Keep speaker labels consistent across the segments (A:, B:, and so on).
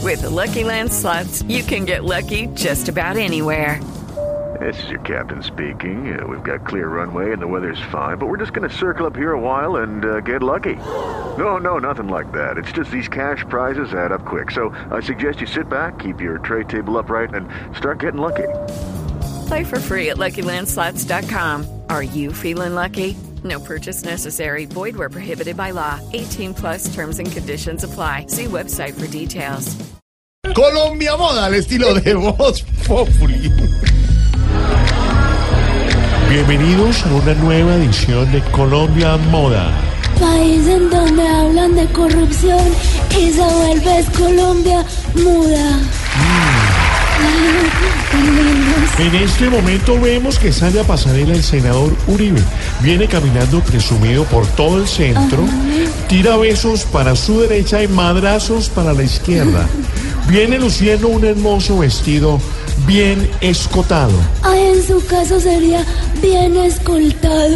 A: With the Lucky Land Slots, you can get lucky just about anywhere.
B: This is your captain speaking. We've got clear runway and the weather's fine, but we're just going to circle up here a while and get lucky. No, nothing like that. It's just these cash prizes add up quick. So I suggest you sit back, keep your tray table upright, and start getting lucky.
A: Play for free at LuckyLandSlots.com. Are you feeling lucky? No purchase necessary. Void where prohibited by law. 18 plus terms and conditions apply. See website for details.
C: Colombia Moda, al estilo de Voz Populi. Bienvenidos a una nueva edición de Colombia Moda.
D: País en donde hablan de corrupción y se vuelve Colombia muda.
C: En este momento vemos que sale a pasarela el senador Uribe. Viene caminando presumido por todo el centro, tira besos para su derecha y madrazos para la izquierda. Viene luciendo un hermoso vestido bien escotado.
D: Ay, en su caso sería bien escoltado.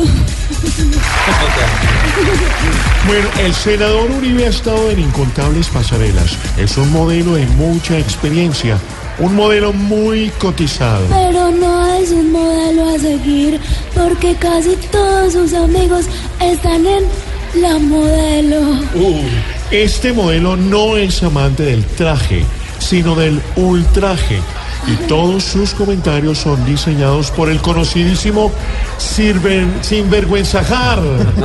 C: Bueno, el senador Uribe ha estado en incontables pasarelas. Es un modelo de mucha experiencia. Un modelo muy cotizado.
D: Pero no es un modelo a seguir, porque casi todos sus amigos están en la modelo.
C: Este modelo no es amante del traje, sino del ultraje. Y todos sus comentarios son diseñados por el conocidísimo Sinvergüenzajar.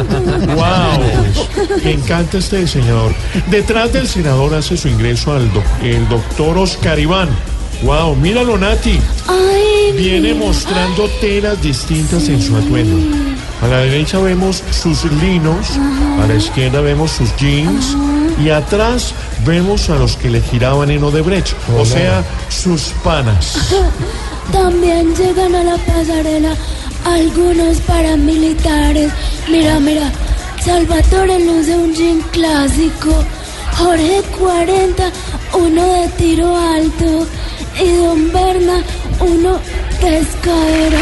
C: ¡Wow! Me encanta este diseñador. Detrás del senador hace su ingreso el doctor Oscar Iván. ¡Wow! Míralo, Nati.
D: Ay,
C: viene mostrando telas distintas en su atuendo. A la derecha vemos sus linos, a la izquierda vemos sus jeans y atrás vemos a los que le giraban en Odebrecht, o sea, sus panas.
D: También llegan a la pasarela algunos paramilitares. Mira, Salvatore luce un jean clásico, Jorge 40, uno de tiro alto, y Don Berna, uno descaerado.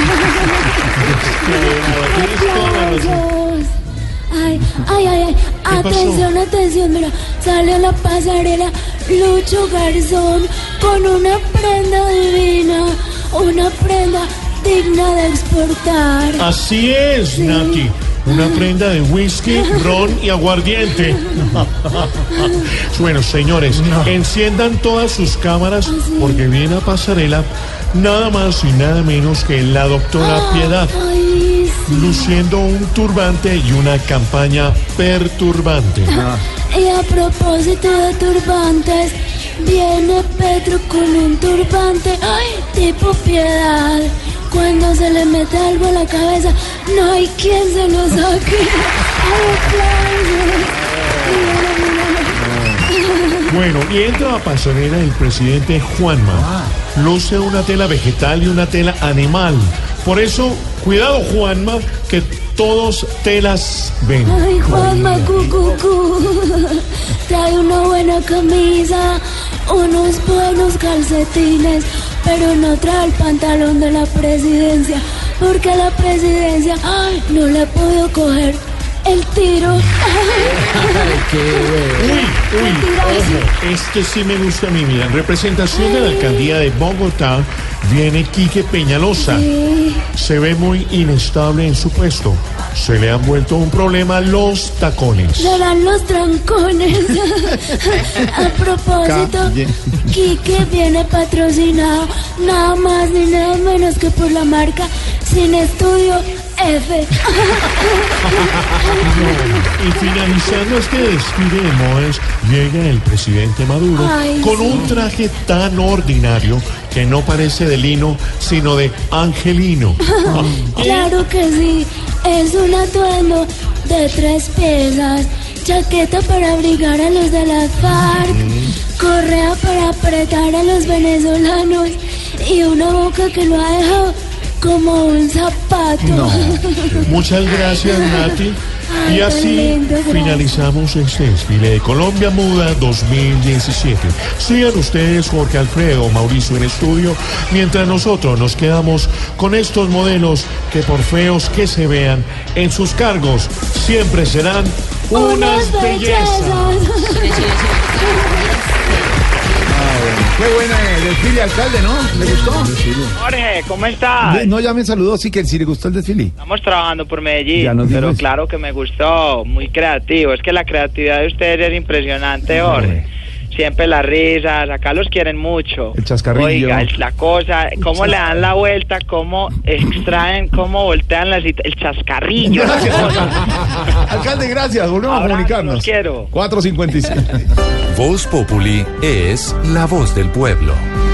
D: Ay, atención, mira, sale a la pasarela Lucho Garzón con una prenda divina, una prenda digna de exportar.
C: Así es, sí. Nati. Una prenda de whisky, ron y aguardiente. Bueno, señores, enciendan todas sus cámaras porque viene a pasarela nada más y nada menos que la doctora Piedad, luciendo un turbante y una campaña perturbante.
D: Y a propósito de turbantes, viene Petro con un turbante tipo Piedad. Cuando se le mete algo a la cabeza, no hay quien se lo saque.
C: Bueno, y entra a pasarela el presidente Juanma. Luce una tela vegetal y una tela animal. Por eso, cuidado, Juanma, que todos telas ven.
D: Ay, Juanma, trae una buena camisa, unos buenos calcetines, pero no trae el pantalón de la presidencia, porque a la presidencia no le puedo coger el tiro.
C: Ojo, este sí me gusta a mí. Mira, en representación de la alcaldía de Bogotá viene Quique Peñalosa.
D: Sí.
C: Se ve muy inestable en su puesto. Se le han vuelto un problema los tacones.
D: Serán los trancones. A propósito, Quique viene patrocinado nada más ni nada menos que por la marca Sin Estudio F.
C: Y finalizando este desfile de modas, llega el presidente Maduro con un traje tan ordinario que no parece de lino, sino de angelino.
D: Claro que sí, es un atuendo de 3 piezas, chaqueta para abrigar a los de la FARC, correa para apretar a los venezolanos y una boca que lo ha dejado como un zapato.
C: Muchas gracias, Nati. Y así finalizamos este desfile de Colombia Muda 2017. Sigan ustedes, Jorge Alfredo, Mauricio en estudio, mientras nosotros nos quedamos con estos modelos que, por feos que se vean, en sus cargos siempre serán unas bellezas.
E: Qué buena desfile, alcalde, ¿no? ¿Le gustó?
F: Jorge, ¿cómo estás?
E: No, ya me saludó, sí que sí le gustó el desfile.
F: Estamos trabajando por Medellín,
E: Ya nos dijo
F: pero
E: eso.
F: claro que me gustó, muy creativo. Es que la creatividad de ustedes es impresionante, Jorge. Siempre las risas, acá los quieren mucho.
E: El chascarrillo.
F: Oiga, es la cosa, cómo le dan la vuelta, cómo extraen, cómo voltean el chascarrillo. la cosa.
E: Alcalde, gracias, volvemos a
F: Abrazo,
E: comunicarnos.
F: los quiero.
E: 4:56.
G: Voz Populi es la voz del pueblo.